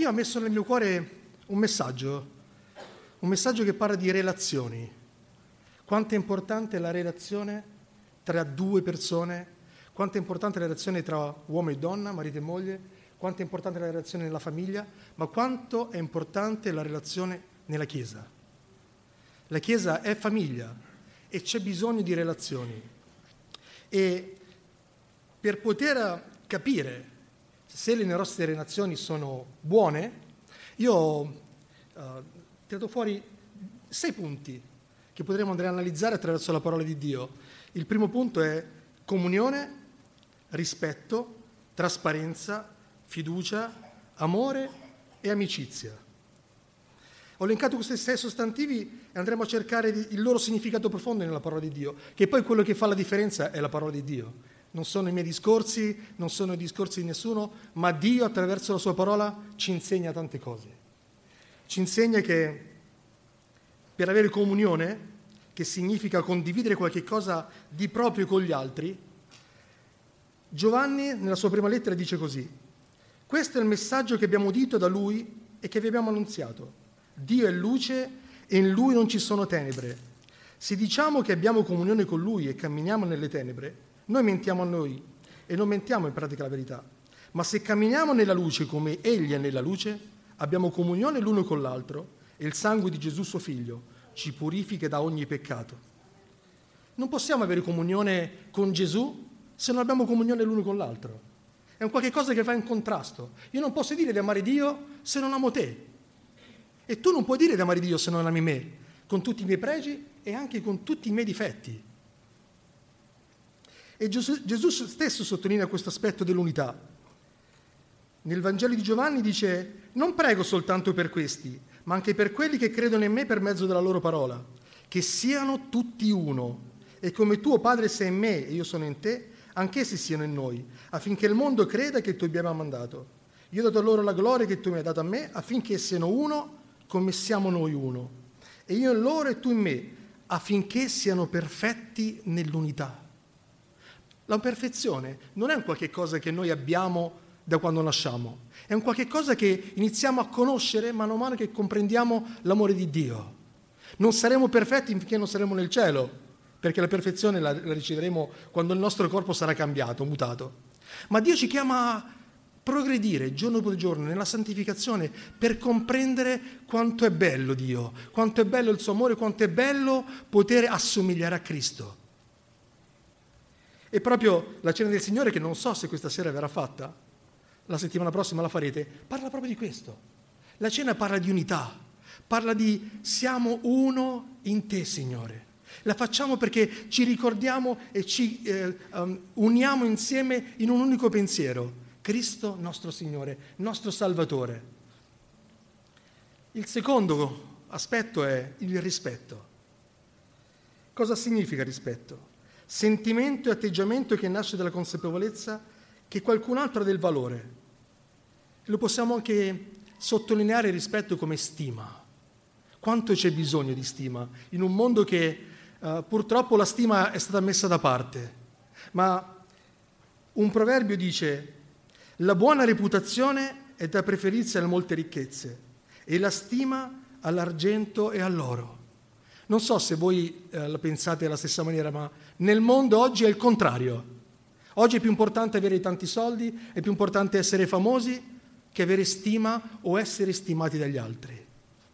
Dio ha messo nel mio cuore un messaggio che parla di relazioni. Quanto è importante la relazione tra due persone, quanto è importante la relazione tra uomo e donna, marito e moglie, quanto è importante la relazione nella famiglia, ma quanto è importante la relazione nella Chiesa. La Chiesa è famiglia e c'è bisogno di relazioni. E per poter capire se le nostre relazioni sono buone, io ho tirato fuori 6 punti che potremo andare a analizzare attraverso la parola di Dio. Il primo punto è comunione, rispetto, trasparenza, fiducia, amore e amicizia. Ho elencato questi 6 sostantivi e andremo a cercare il loro significato profondo nella parola di Dio, che poi quello che fa la differenza è la parola di Dio. Non sono i miei discorsi, non sono i discorsi di nessuno, ma Dio attraverso la sua parola ci insegna tante cose. Ci insegna che per avere comunione, che significa condividere qualche cosa di proprio con gli altri, Giovanni nella sua prima lettera dice così: questo è il messaggio che abbiamo udito da Lui e che vi abbiamo annunziato. Dio è luce e in Lui non ci sono tenebre. Se diciamo che abbiamo comunione con Lui e camminiamo nelle tenebre, noi mentiamo a noi e non mentiamo in pratica la verità. Ma se camminiamo nella luce come Egli è nella luce, abbiamo comunione l'uno con l'altro e il sangue di Gesù suo Figlio ci purifica da ogni peccato. Non possiamo avere comunione con Gesù se non abbiamo comunione l'uno con l'altro. È un qualche cosa che va in contrasto. Io non posso dire di amare Dio se non amo te. E tu non puoi dire di amare Dio se non ami me, con tutti i miei pregi e anche con tutti i miei difetti. E Gesù stesso sottolinea questo aspetto dell'unità. Nel Vangelo di Giovanni dice: non prego soltanto per questi, ma anche per quelli che credono in me per mezzo della loro parola, che siano tutti uno, e come tuo Padre sei in me e io sono in te, anch'essi siano in noi, affinché il mondo creda che tu abbia mandato. Io ho dato loro la gloria che tu mi hai dato a me, affinché siano uno come siamo noi uno, e io in loro e tu in me, affinché siano perfetti nell'unità. La perfezione non è un qualche cosa che noi abbiamo da quando nasciamo, è un qualche cosa che iniziamo a conoscere mano a mano che comprendiamo l'amore di Dio. Non saremo perfetti finché non saremo nel cielo, perché la perfezione la riceveremo quando il nostro corpo sarà cambiato, mutato. Ma Dio ci chiama a progredire giorno dopo giorno nella santificazione per comprendere quanto è bello Dio, quanto è bello il suo amore, quanto è bello poter assomigliare a Cristo. E proprio la cena del Signore, che non so se questa sera verrà fatta, la settimana prossima la farete, parla proprio di questo. La cena parla di unità, parla di siamo uno in te, Signore. La facciamo perché ci ricordiamo e ci uniamo insieme in un unico pensiero: Cristo nostro Signore, nostro Salvatore. Il secondo aspetto è il rispetto. Cosa significa rispetto? Sentimento e atteggiamento che nasce dalla consapevolezza che qualcun altro ha del valore. Lo possiamo anche sottolineare il rispetto come stima. Quanto c'è bisogno di stima in un mondo che purtroppo la stima è stata messa da parte. Ma un proverbio dice: la buona reputazione è da preferirsi alle molte ricchezze e la stima all'argento e all'oro. Non so se voi la pensate alla stessa maniera, ma nel mondo oggi è il contrario. Oggi è più importante avere tanti soldi, è più importante essere famosi che avere stima o essere stimati dagli altri.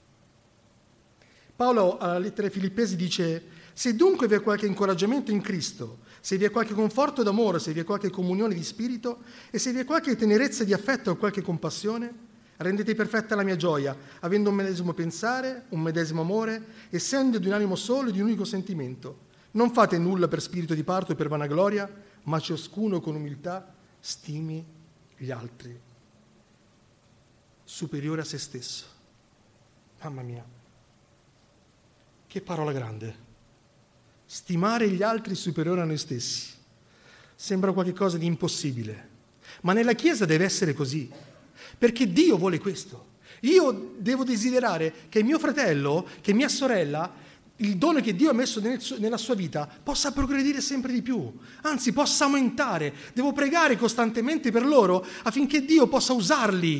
Paolo alla lettera ai Filippesi dice: se dunque vi è qualche incoraggiamento in Cristo, se vi è qualche conforto d'amore, se vi è qualche comunione di spirito e se vi è qualche tenerezza di affetto o qualche compassione, rendete perfetta la mia gioia, avendo un medesimo pensare, un medesimo amore, essendo di un animo solo e di un unico sentimento. Non fate nulla per spirito di parto e per vanagloria, ma ciascuno con umiltà stimi gli altri superiore a se stesso. Mamma mia, che parola grande. Stimare gli altri superiore a noi stessi. Sembra qualcosa di impossibile, ma nella Chiesa deve essere così, perché Dio vuole questo. Io devo desiderare che mio fratello, che mia sorella, il dono che Dio ha messo nella sua vita possa progredire sempre di più, anzi possa aumentare. Devo pregare costantemente per loro affinché Dio possa usarli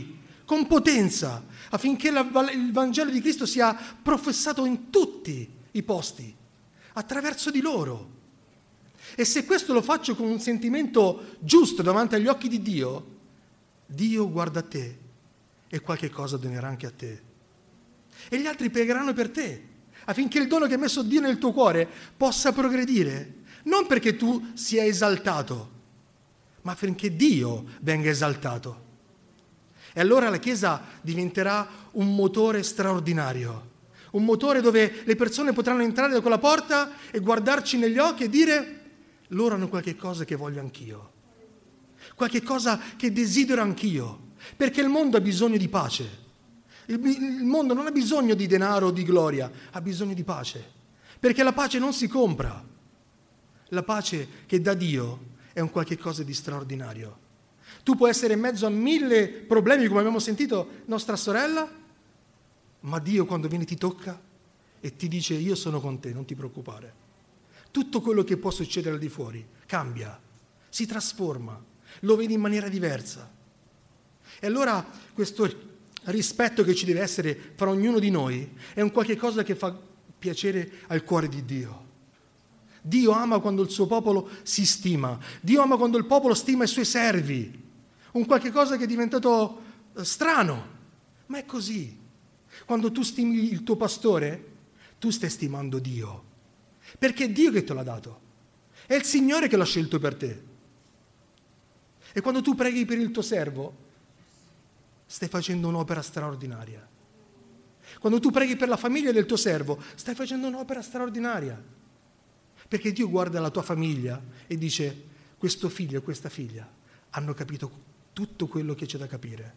con potenza, affinché il Vangelo di Cristo sia professato in tutti i posti, attraverso di loro. E se questo lo faccio con un sentimento giusto davanti agli occhi di Dio, Dio guarda a te e qualche cosa donerà anche a te. E gli altri pregheranno per te, affinché il dono che ha messo Dio nel tuo cuore possa progredire, non perché tu sia esaltato, ma affinché Dio venga esaltato. E allora la Chiesa diventerà un motore straordinario, un motore dove le persone potranno entrare da quella porta e guardarci negli occhi e dire: loro hanno qualche cosa che voglio anch'io, qualche cosa che desidero anch'io, perché il mondo ha bisogno di pace. Il mondo non ha bisogno di denaro o di gloria, ha bisogno di pace, perché la pace non si compra. La pace che dà Dio è un qualche cosa di straordinario. Tu puoi essere in mezzo a 1000 problemi, come abbiamo sentito nostra sorella, ma Dio quando viene ti tocca e ti dice: io sono con te, non ti preoccupare. Tutto quello che può succedere al di fuori cambia, si trasforma, lo vedi in maniera diversa. E allora questo rispetto che ci deve essere fra ognuno di noi è un qualche cosa che fa piacere al cuore di Dio. Dio ama quando il suo popolo si stima, Dio ama quando il popolo stima i suoi servi, un qualche cosa che è diventato strano, ma è così. Quando tu stimi il tuo pastore, tu stai stimando Dio, perché è Dio che te l'ha dato, è il Signore che l'ha scelto per te. E quando tu preghi per il tuo servo, stai facendo un'opera straordinaria. Quando tu preghi per la famiglia del tuo servo, stai facendo un'opera straordinaria. Perché Dio guarda la tua famiglia e dice: questo figlio e questa figlia hanno capito tutto quello che c'è da capire.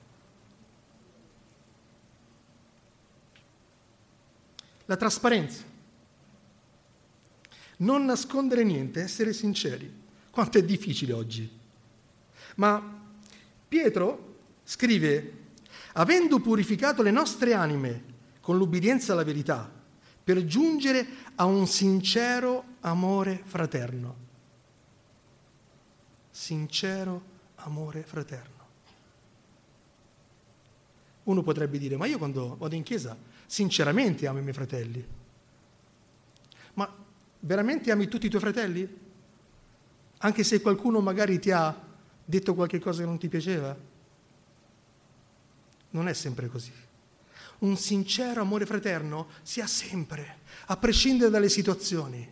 La trasparenza. Non nascondere niente, essere sinceri. Quanto è difficile oggi. Ma Pietro scrive: avendo purificato le nostre anime con l'ubbidienza alla verità, per giungere a un sincero amore fraterno. Sincero amore fraterno. Uno potrebbe dire: ma io quando vado in chiesa sinceramente amo i miei fratelli. Ma veramente ami tutti i tuoi fratelli? Anche se qualcuno magari ti ha detto qualche cosa che non ti piaceva? Non è sempre così. Un sincero amore fraterno si ha sempre, a prescindere dalle situazioni.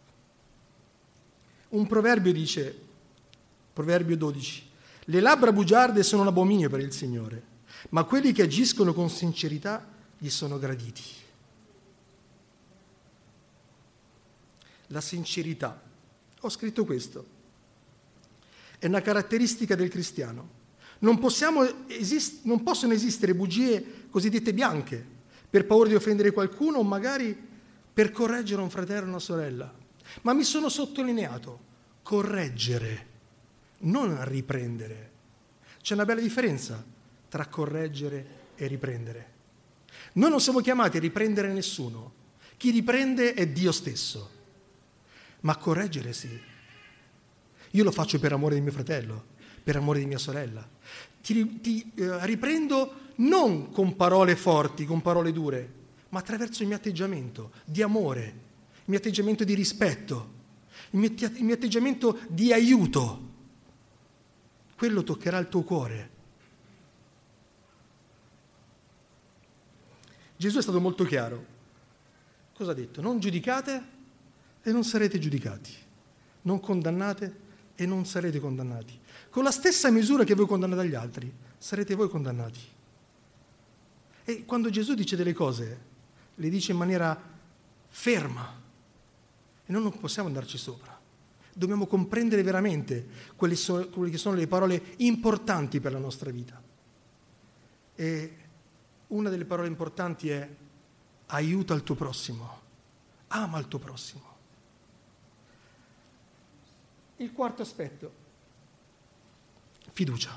Un proverbio dice, Proverbio 12, le labbra bugiarde sono un abominio per il Signore, ma quelli che agiscono con sincerità gli sono graditi. La sincerità, ho scritto questo, è una caratteristica del cristiano. Non possono esistere bugie cosiddette bianche per paura di offendere qualcuno o magari per correggere un fratello o una sorella. Ma mi sono sottolineato, correggere, non riprendere. C'è una bella differenza tra correggere e riprendere. Noi non siamo chiamati a riprendere nessuno. Chi riprende è Dio stesso. Ma correggere sì. Io lo faccio per amore di mio fratello, per amore di mia sorella. Ti riprendo non con parole forti, con parole dure, ma attraverso il mio atteggiamento di amore, il mio atteggiamento di rispetto, il mio atteggiamento di aiuto. Quello toccherà il tuo cuore. Gesù è stato molto chiaro. Cosa ha detto? Non giudicate e non sarete giudicati. Non condannate e non sarete condannati. Con la stessa misura che voi condannate agli altri, sarete voi condannati. E quando Gesù dice delle cose, le dice in maniera ferma. E noi non possiamo andarci sopra. Dobbiamo comprendere veramente quelle che sono le parole importanti per la nostra vita. E una delle parole importanti è: aiuta il tuo prossimo, ama il tuo prossimo. Il quarto aspetto, fiducia.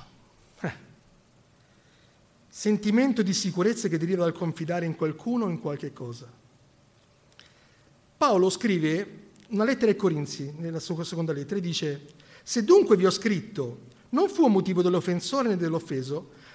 Sentimento di sicurezza che deriva dal confidare in qualcuno o in qualche cosa. Paolo scrive una lettera ai Corinzi, nella sua seconda lettera, e dice: se dunque vi ho scritto, non fu a motivo dell'offensore né dell'offeso,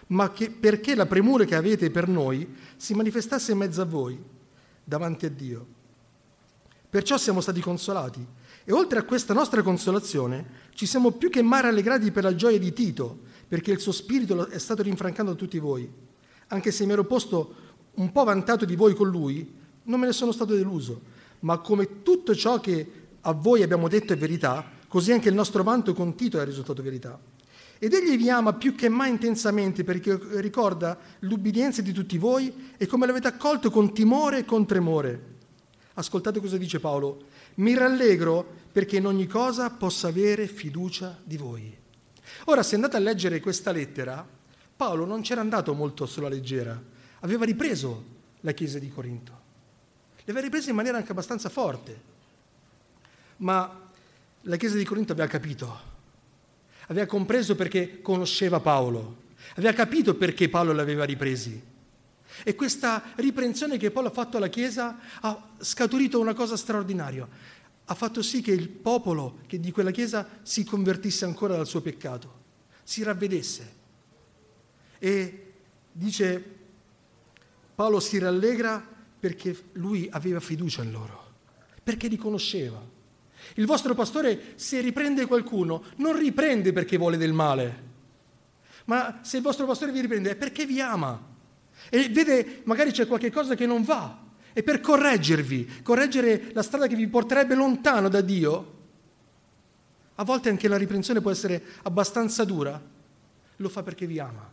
ma perché la premura che avete per noi si manifestasse in mezzo a voi, davanti a Dio. Perciò siamo stati consolati, e oltre a questa nostra consolazione ci siamo più che mai rallegrati per la gioia di Tito, perché il suo spirito è stato rinfrancato da tutti voi. Anche se mi ero posto un po' vantato di voi con lui, non me ne sono stato deluso, ma come tutto ciò che a voi abbiamo detto è verità, così anche il nostro vanto con Tito è risultato verità. Ed egli vi ama più che mai intensamente, perché ricorda l'ubbidienza di tutti voi e come l'avete accolto con timore e con tremore. Ascoltate cosa dice Paolo: mi rallegro perché in ogni cosa possa avere fiducia di voi. Ora, se andate a leggere questa lettera, Paolo non c'era andato molto sulla leggera, aveva ripreso la chiesa di Corinto, l'aveva ripresa in maniera anche abbastanza forte, ma la chiesa di Corinto aveva capito, aveva compreso perché conosceva Paolo, aveva capito perché Paolo l'aveva ripresi. E questa riprensione che Paolo ha fatto alla Chiesa ha scaturito una cosa straordinaria. Ha fatto sì che il popolo che di quella Chiesa si convertisse ancora dal suo peccato, si ravvedesse. E dice, Paolo si rallegra perché lui aveva fiducia in loro, perché li conosceva. Il vostro pastore, se riprende qualcuno, non riprende perché vuole del male, ma se il vostro pastore vi riprende è perché vi ama. E vede, magari c'è qualche cosa che non va, e per correggere la strada che vi porterebbe lontano da Dio, a volte anche la riprensione può essere abbastanza dura, lo fa perché vi ama.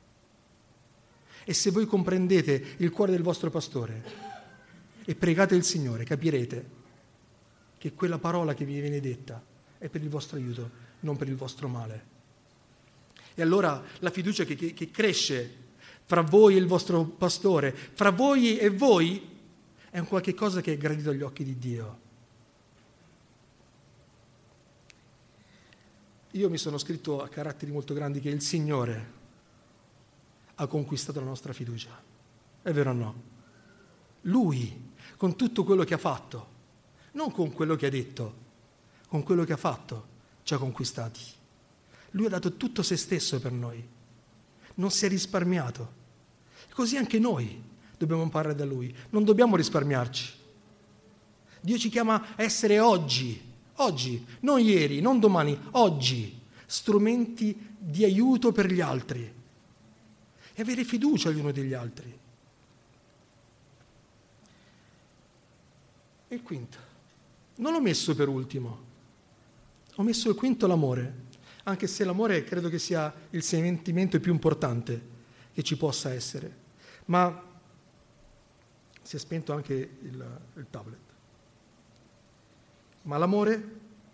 E se voi comprendete il cuore del vostro pastore e pregate il Signore, capirete che quella parola che vi viene detta è per il vostro aiuto, non per il vostro male. E allora la fiducia che cresce fra voi e il vostro pastore, fra voi e voi, è un qualche cosa che è gradito agli occhi di Dio. Io mi sono scritto a caratteri molto grandi che il Signore ha conquistato la nostra fiducia. È vero o no? Lui, con tutto quello che ha fatto, non con quello che ha detto, con quello che ha fatto, ci ha conquistati. Lui ha dato tutto se stesso per noi. Non si è risparmiato. Così anche noi dobbiamo imparare da Lui. Non dobbiamo risparmiarci. Dio ci chiama a essere oggi, non ieri, non domani, oggi, strumenti di aiuto per gli altri e avere fiducia gli uni degli altri. E il quinto, non l'ho messo per ultimo, ho messo il quinto, l'amore. Anche se l'amore credo che sia il sentimento più importante che ci possa essere. Ma si è spento anche il tablet. Ma l'amore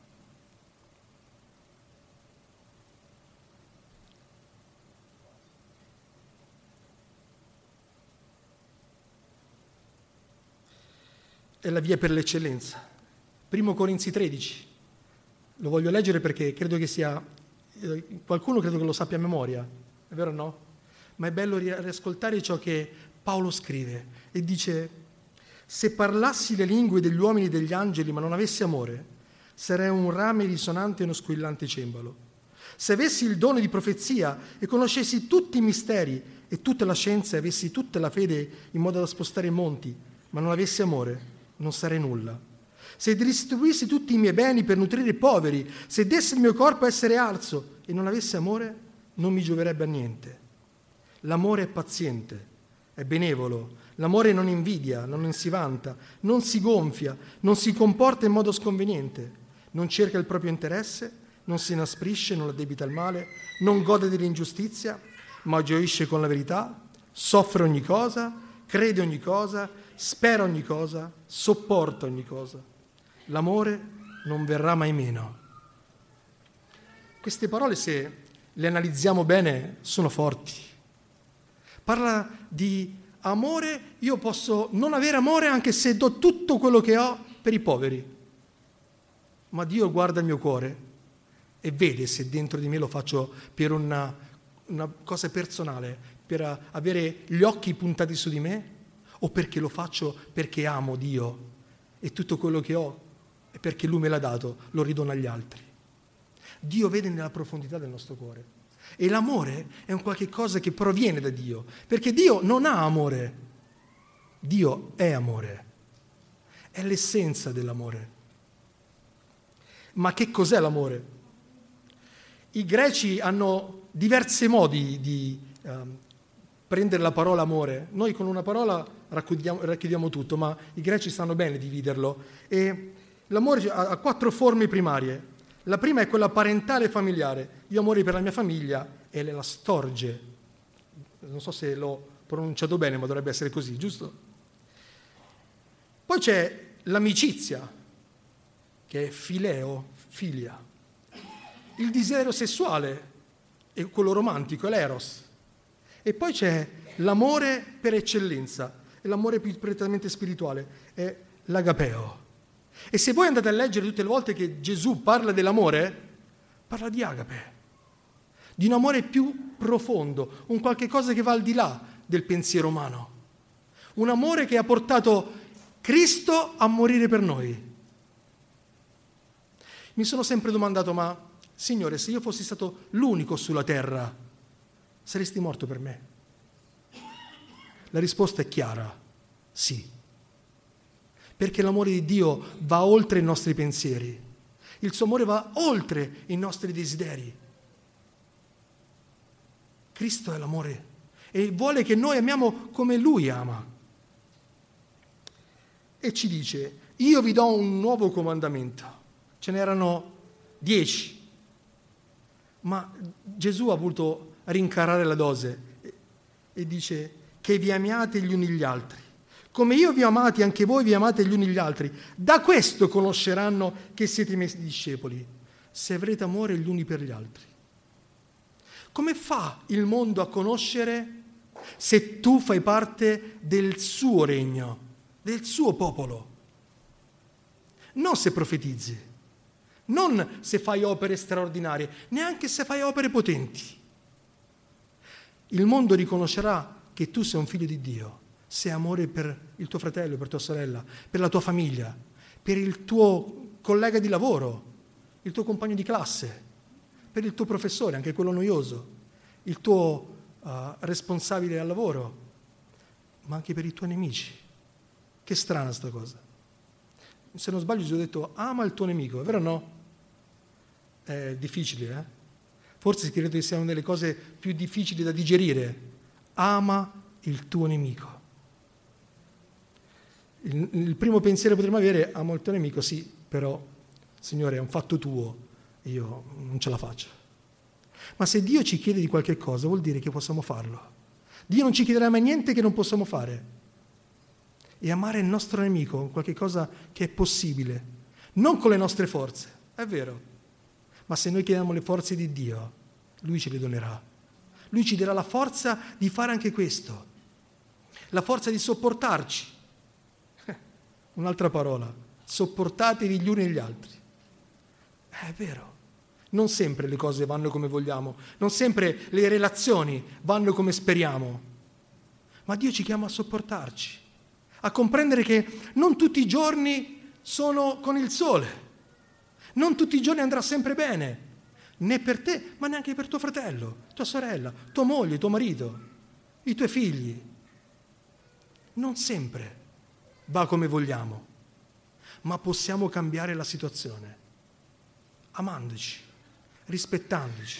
è la via per l'eccellenza. 1 Corinzi 13. Lo voglio leggere perché credo che sia... Qualcuno credo che lo sappia a memoria, è vero o no? Ma è bello riascoltare ciò che Paolo scrive e dice: se parlassi le lingue degli uomini e degli angeli ma non avessi amore, sarei un rame risonante e uno squillante cembalo. Se avessi il dono di profezia e conoscessi tutti i misteri e tutta la scienza e avessi tutta la fede in modo da spostare i monti, ma non avessi amore, non sarei nulla. Se distribuissi tutti i miei beni per nutrire i poveri, se dessi il mio corpo a essere arso e non avessi amore, non mi gioverebbe a niente. L'amore è paziente, è benevolo, l'amore non invidia, non si vanta, non si gonfia, non si comporta in modo sconveniente, non cerca il proprio interesse, non si inasprisce, non addebita il male, non gode dell'ingiustizia, ma gioisce con la verità, soffre ogni cosa, crede ogni cosa, spera ogni cosa, sopporta ogni cosa. L'amore non verrà mai meno. Queste parole, se le analizziamo bene, sono forti. Parla di amore, io posso non avere amore anche se do tutto quello che ho per i poveri. Ma Dio guarda il mio cuore e vede se dentro di me lo faccio per una cosa personale, per avere gli occhi puntati su di me, o perché lo faccio perché amo Dio e tutto quello che ho e perché Lui me l'ha dato, lo ridono agli altri. Dio vede nella profondità del nostro cuore. E l'amore è un qualche cosa che proviene da Dio, perché Dio non ha amore, Dio è amore, è l'essenza dell'amore. Ma che cos'è l'amore? I greci hanno diversi modi di prendere la parola amore. Noi con una parola racchiudiamo tutto, ma i greci sanno bene dividerlo. E l'amore ha 4 forme primarie. La prima è quella parentale e familiare. Io ho amore per la mia famiglia e la storge. Non so se l'ho pronunciato bene, ma dovrebbe essere così, giusto? Poi c'è l'amicizia, che è fileo, filia. Il desiderio sessuale è quello romantico, è l'eros. E poi c'è l'amore per eccellenza, e l'amore più prettamente spirituale, è l'agapeo. E se voi andate a leggere tutte le volte che Gesù parla dell'amore, parla di agape, di un amore più profondo, un qualche cosa che va al di là del pensiero umano. Un amore che ha portato Cristo a morire per noi. Mi sono sempre domandato, ma Signore, se io fossi stato l'unico sulla terra, saresti morto per me? La risposta è chiara, sì. Perché l'amore di Dio va oltre i nostri pensieri. Il suo amore va oltre i nostri desideri. Cristo è l'amore e vuole che noi amiamo come Lui ama. E ci dice, io vi do un nuovo comandamento. Ce n'erano 10. Ma Gesù ha voluto rincarare la dose e dice che vi amiate gli uni gli altri. Come io vi ho amati, anche voi vi amate gli uni gli altri. Da questo conosceranno che siete i miei discepoli, se avrete amore gli uni per gli altri. Come fa il mondo a conoscere se tu fai parte del suo regno, del suo popolo? Non se profetizzi, non se fai opere straordinarie, neanche se fai opere potenti. Il mondo riconoscerà che tu sei un figlio di Dio, se hai amore per il tuo fratello, per tua sorella, per la tua famiglia, per il tuo collega di lavoro, il tuo compagno di classe, per il tuo professore, anche quello noioso, il tuo responsabile al lavoro, ma anche per i tuoi nemici. Che strana sta cosa. Se non sbaglio Gesù ha detto ama il tuo nemico, è vero o no? È difficile, eh? Forse credo che sia una delle cose più difficili da digerire. Ama il tuo nemico. Il primo pensiero potremmo avere, amo il tuo nemico, sì, però, Signore, è un fatto tuo, io non ce la faccio. Ma se Dio ci chiede di qualche cosa, vuol dire che possiamo farlo. Dio non ci chiederà mai niente che non possiamo fare. E amare il nostro nemico è qualche cosa che è possibile, non con le nostre forze, è vero, ma se noi chiediamo le forze di Dio, Lui ce le donerà. Lui ci darà la forza di fare anche questo, la forza di sopportarci. Un'altra parola, sopportatevi gli uni e gli altri. È vero, non sempre le cose vanno come vogliamo, non sempre le relazioni vanno come speriamo, ma Dio ci chiama a sopportarci, a comprendere che non tutti i giorni sono con il sole, non tutti i giorni andrà sempre bene, né per te, ma neanche per tuo fratello, tua sorella, tua moglie, tuo marito, i tuoi figli. Non sempre va come vogliamo, ma possiamo cambiare la situazione, amandoci, rispettandoci.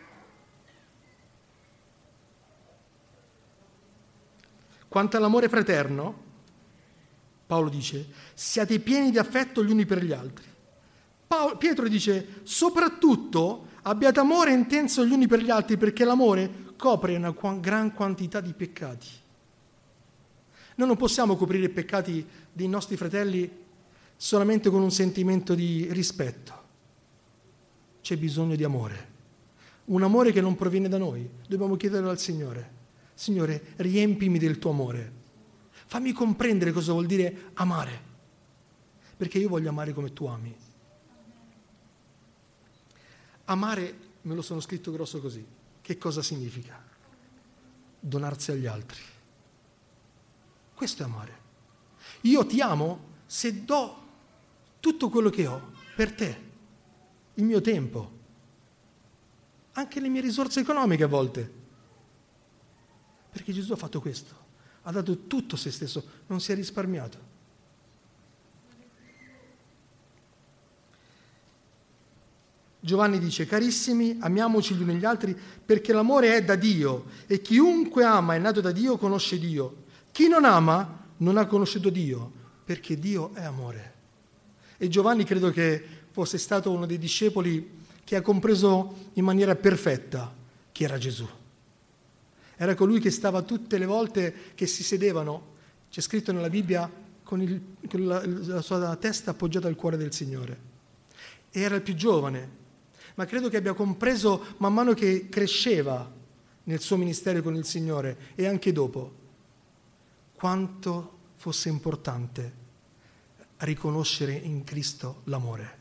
Quanto all'amore fraterno, Paolo dice, siate pieni di affetto gli uni per gli altri. Pietro dice, soprattutto abbiate amore intenso gli uni per gli altri, perché l'amore copre una gran quantità di peccati. Noi non possiamo coprire i peccati dei nostri fratelli solamente con un sentimento di rispetto. C'è bisogno di amore. Un amore che non proviene da noi. Dobbiamo chiederlo al Signore. Signore, riempimi del tuo amore. Fammi comprendere cosa vuol dire amare. Perché io voglio amare come tu ami. Amare, me lo sono scritto grosso così. Che cosa significa? Donarsi agli altri. Questo è amare. Io ti amo se do tutto quello che ho per te, il mio tempo. anche le mie risorse economiche a volte. Perché Gesù ha fatto questo, ha dato tutto se stesso, non si è risparmiato. Giovanni dice: carissimi, amiamoci gli uni gli altri perché l'amore è da Dio e chiunque ama è nato da Dio conosce Dio. Chi non ama non ha conosciuto Dio perché Dio è amore. E Giovanni credo che fosse stato uno dei discepoli che ha compreso in maniera perfetta chi era Gesù. Era colui che stava tutte le volte che si sedevano, c'è scritto nella Bibbia, con la sua testa appoggiata al cuore del Signore. E era il più giovane, ma credo che abbia compreso man mano che cresceva nel suo ministero con il Signore e anche dopo quanto fosse importante riconoscere in Cristo l'amore.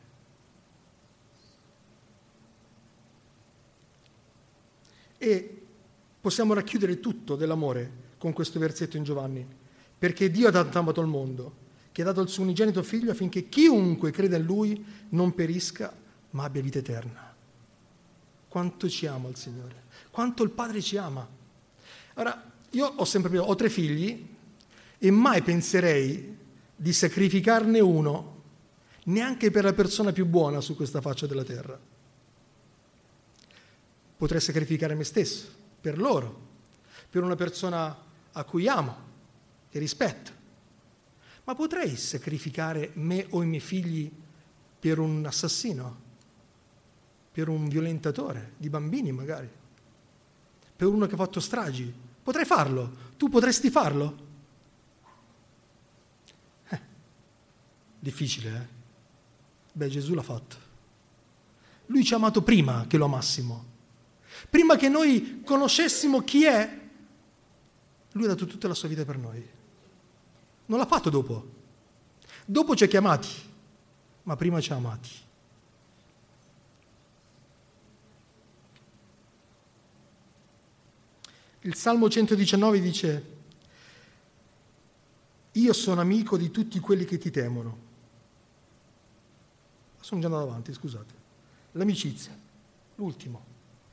E possiamo racchiudere tutto dell'amore con questo versetto in Giovanni, perché Dio ha tanto amato il mondo che ha dato il suo unigenito figlio affinché chiunque creda in lui non perisca ma abbia vita eterna. Quanto ci ama il Signore, quanto il Padre ci ama. Ora, io ho 3 figli e mai penserei di sacrificarne uno, neanche per la persona più buona su questa faccia della terra. Potrei sacrificare me stesso, per loro, per una persona a cui amo, che rispetto. Ma potrei sacrificare me o i miei figli per un assassino, per un violentatore di bambini magari, per uno che ha fatto stragi. Potrei farlo. Tu potresti farlo? Difficile, eh? Beh, Gesù l'ha fatto. Lui ci ha amato prima che lo amassimo. Prima che noi conoscessimo chi è, lui ha dato tutta la sua vita per noi. Non l'ha fatto dopo. Dopo ci ha chiamati, ma prima ci ha amati. Il Salmo 119 dice: io sono amico di tutti quelli che ti temono. Sono già andato avanti, scusate. L'amicizia, l'ultimo.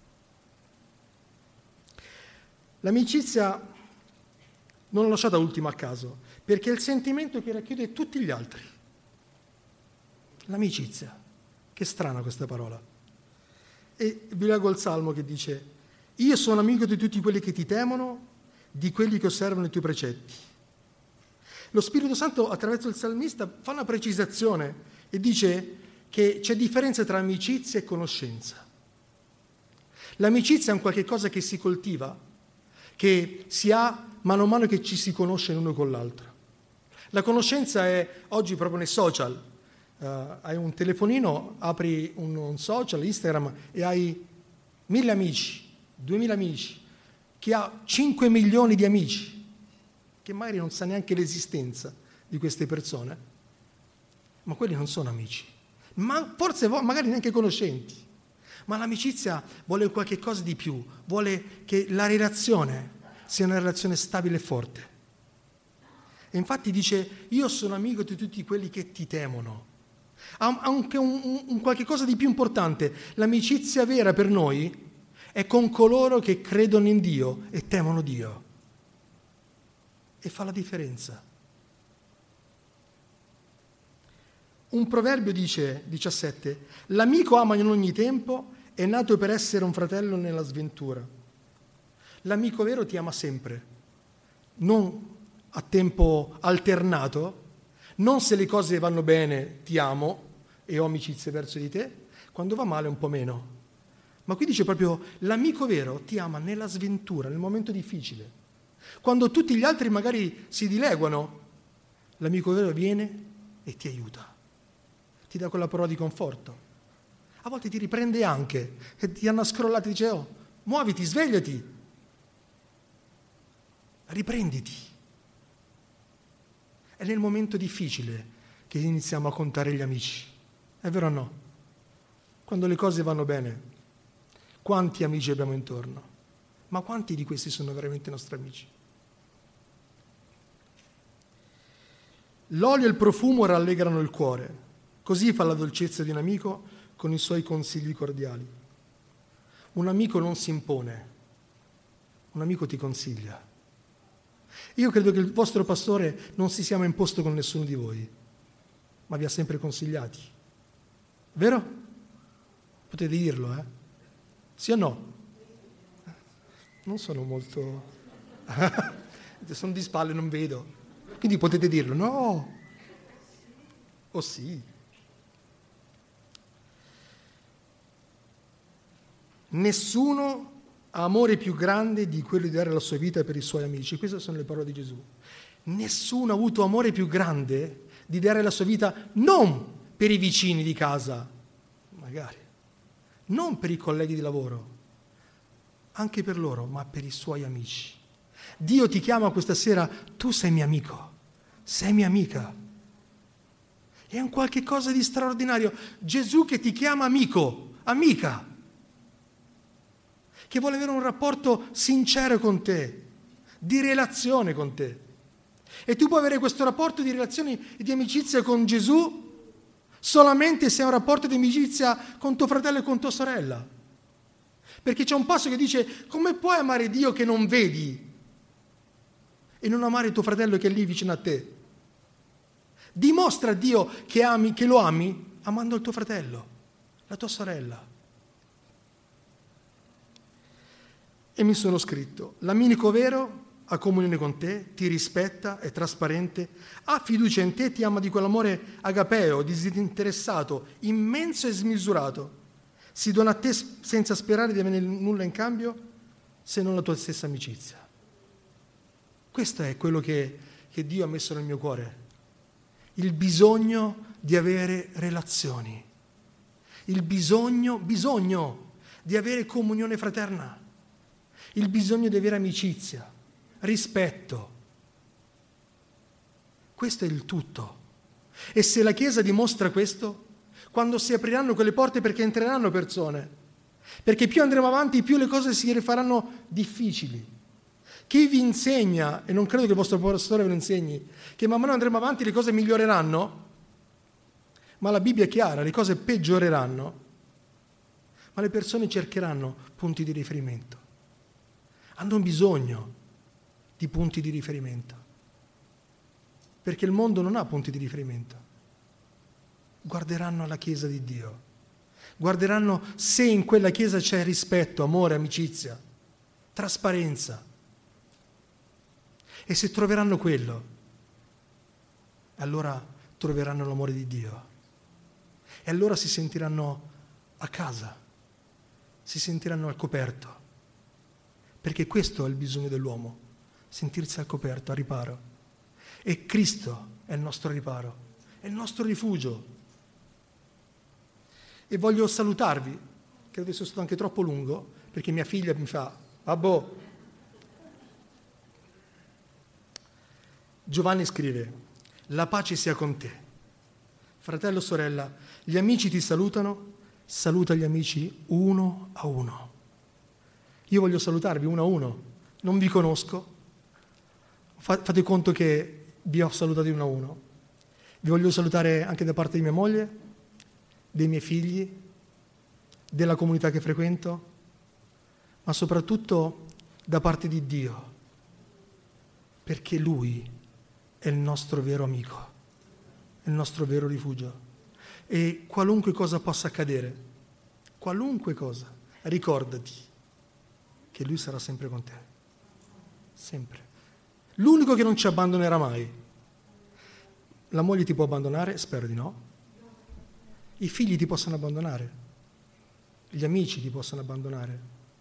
L'amicizia non l'ho lasciata ultima a caso, perché è il sentimento che racchiude tutti gli altri. L'amicizia. Che strana questa parola. E vi leggo il Salmo che dice: io sono amico di tutti quelli che ti temono, di quelli che osservano i tuoi precetti. Lo Spirito Santo attraverso il salmista fa una precisazione e dice che c'è differenza tra amicizia e conoscenza. L'amicizia è un qualche cosa che si coltiva, che si ha mano a mano che ci si conosce l'uno con l'altro. La conoscenza è oggi proprio nei social. Hai un telefonino, apri un social, Instagram, e hai 1.000 amici, 2.000 amici, chi ha 5 milioni di amici, che magari non sa neanche l'esistenza di queste persone, ma quelli non sono amici, ma forse magari neanche conoscenti. Ma l'amicizia vuole qualche cosa di più, vuole che la relazione sia una relazione stabile e forte. E infatti dice: io sono amico di tutti quelli che ti temono. Ha anche un qualche cosa di più importante. L'amicizia vera per noi è con coloro che credono in Dio e temono Dio. E fa la differenza. Un proverbio dice, 17, l'amico ama in ogni tempo, è nato per essere un fratello nella sventura. L'amico vero ti ama sempre, non a tempo alternato, non se le cose vanno bene ti amo e ho amicizia verso di te, quando va male un po' meno. Ma qui dice proprio l'amico vero ti ama nella sventura, nel momento difficile. Quando tutti gli altri magari si dileguano, l'amico vero viene e ti aiuta, ti dà quella parola di conforto. A volte ti riprende anche, e ti hanno scrollato e dice: oh, muoviti, svegliati, riprenditi. È nel momento difficile che iniziamo a contare gli amici, è vero o no? Quando le cose vanno bene, quanti amici abbiamo intorno? Ma quanti di questi sono veramente i nostri amici? L'olio e il profumo rallegrano il cuore, così fa la dolcezza di un amico con i suoi consigli cordiali. Un amico non si impone, un amico ti consiglia. Io credo che il vostro pastore non si sia mai imposto con nessuno di voi, ma vi ha sempre consigliati. Vero? Potete dirlo, eh? Sì o no? Non sono molto... sono di spalle, non vedo. Quindi potete dirlo, no? O sì. Nessuno ha amore più grande di quello di dare la sua vita per i suoi amici. Queste sono le parole di Gesù. Nessuno ha avuto amore più grande di dare la sua vita non per i vicini di casa, magari, non per i colleghi di lavoro, anche per loro, ma per i suoi amici. Dio ti chiama questa sera, tu sei mio amico, sei mia amica. È un qualche cosa di straordinario. Gesù che ti chiama amico, amica, che vuole avere un rapporto sincero con te, di relazione con te. E tu puoi avere questo rapporto di relazione e di amicizia con Gesù solamente se hai un rapporto di amicizia con tuo fratello e con tua sorella. Perché c'è un passo che dice, come puoi amare Dio che non vedi e non amare tuo fratello che è lì vicino a te? Dimostra a Dio che ami, che lo ami, amando il tuo fratello, la tua sorella. E mi sono scritto, l'amico vero ha comunione con te, ti rispetta, è trasparente, ha fiducia in te, ti ama di quell'amore agapeo, disinteressato, immenso e smisurato. Si dona a te senza sperare di avere nulla in cambio se non la tua stessa amicizia. Questo è quello che Dio ha messo nel mio cuore. Il bisogno di avere relazioni. Il bisogno di avere comunione fraterna. Il bisogno di avere amicizia, rispetto. Questo è il tutto. E se la Chiesa dimostra questo, quando si apriranno quelle porte perché entreranno persone, perché più andremo avanti, più le cose si faranno difficili. Chi vi insegna, e non credo che il vostro pastore ve lo insegni, che man mano andremo avanti le cose miglioreranno, ma la Bibbia è chiara, le cose peggioreranno, ma le persone cercheranno punti di riferimento. Hanno bisogno di punti di riferimento, perché il mondo non ha punti di riferimento. Guarderanno alla Chiesa di Dio, guarderanno se in quella Chiesa c'è rispetto, amore, amicizia, trasparenza. E se troveranno quello, allora troveranno l'amore di Dio. E allora si sentiranno a casa, si sentiranno al coperto. Perché questo è il bisogno dell'uomo, sentirsi al coperto, a riparo. E Cristo è il nostro riparo, è il nostro rifugio. E voglio salutarvi, credo sia stato anche troppo lungo, perché mia figlia mi fa, babbo. Giovanni scrive, la pace sia con te. Fratello, sorella, gli amici ti salutano, saluta gli amici uno a uno. Io voglio salutarvi uno a uno, non vi conosco, fate conto che vi ho salutati uno a uno. Vi voglio salutare anche da parte di mia moglie, dei miei figli, della comunità che frequento, ma soprattutto da parte di Dio, perché Lui è il nostro vero amico, è il nostro vero rifugio. E qualunque cosa possa accadere, qualunque cosa, ricordati che Lui sarà sempre con te, sempre. L'unico che non ci abbandonerà mai. La moglie ti può abbandonare? Spero di no. I figli ti possono abbandonare, gli amici ti possono abbandonare,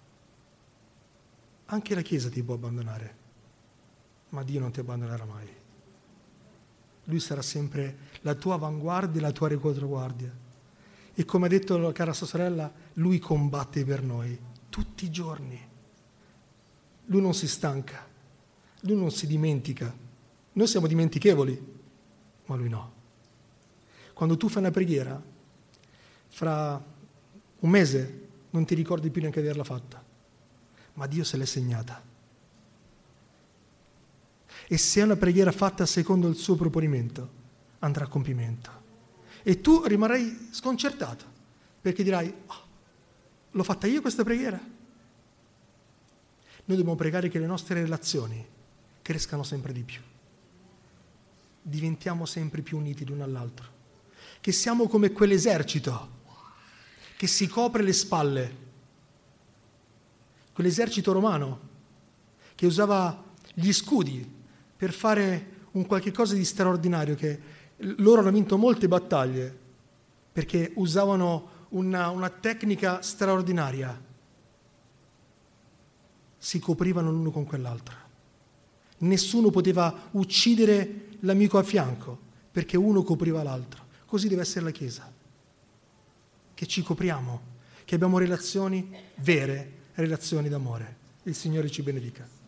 anche la Chiesa ti può abbandonare, ma Dio non ti abbandonerà mai. Lui sarà sempre la tua avanguardia e la tua retroguardia. E come ha detto la cara sua sorella, Lui combatte per noi tutti i giorni. Lui non si stanca, Lui non si dimentica. Noi siamo dimentichevoli, ma Lui no. Quando tu fai una preghiera, fra un mese non ti ricordi più neanche di averla fatta, ma Dio se l'è segnata. E se è una preghiera fatta secondo il suo proponimento, andrà a compimento. E tu rimarrai sconcertato, perché dirai, L'ho fatta io questa preghiera? Noi dobbiamo pregare che le nostre relazioni crescano sempre di più. Diventiamo sempre più uniti l'uno all'altro. Che siamo come quell'esercito che si copre le spalle. Quell'esercito romano che usava gli scudi per fare un qualche cosa di straordinario, che loro hanno vinto molte battaglie perché usavano una tecnica straordinaria. Si coprivano l'uno con quell'altro. Nessuno poteva uccidere l'amico a fianco perché uno copriva l'altro. Così deve essere la Chiesa, che ci copriamo, che abbiamo relazioni vere, relazioni d'amore. Il Signore ci benedica.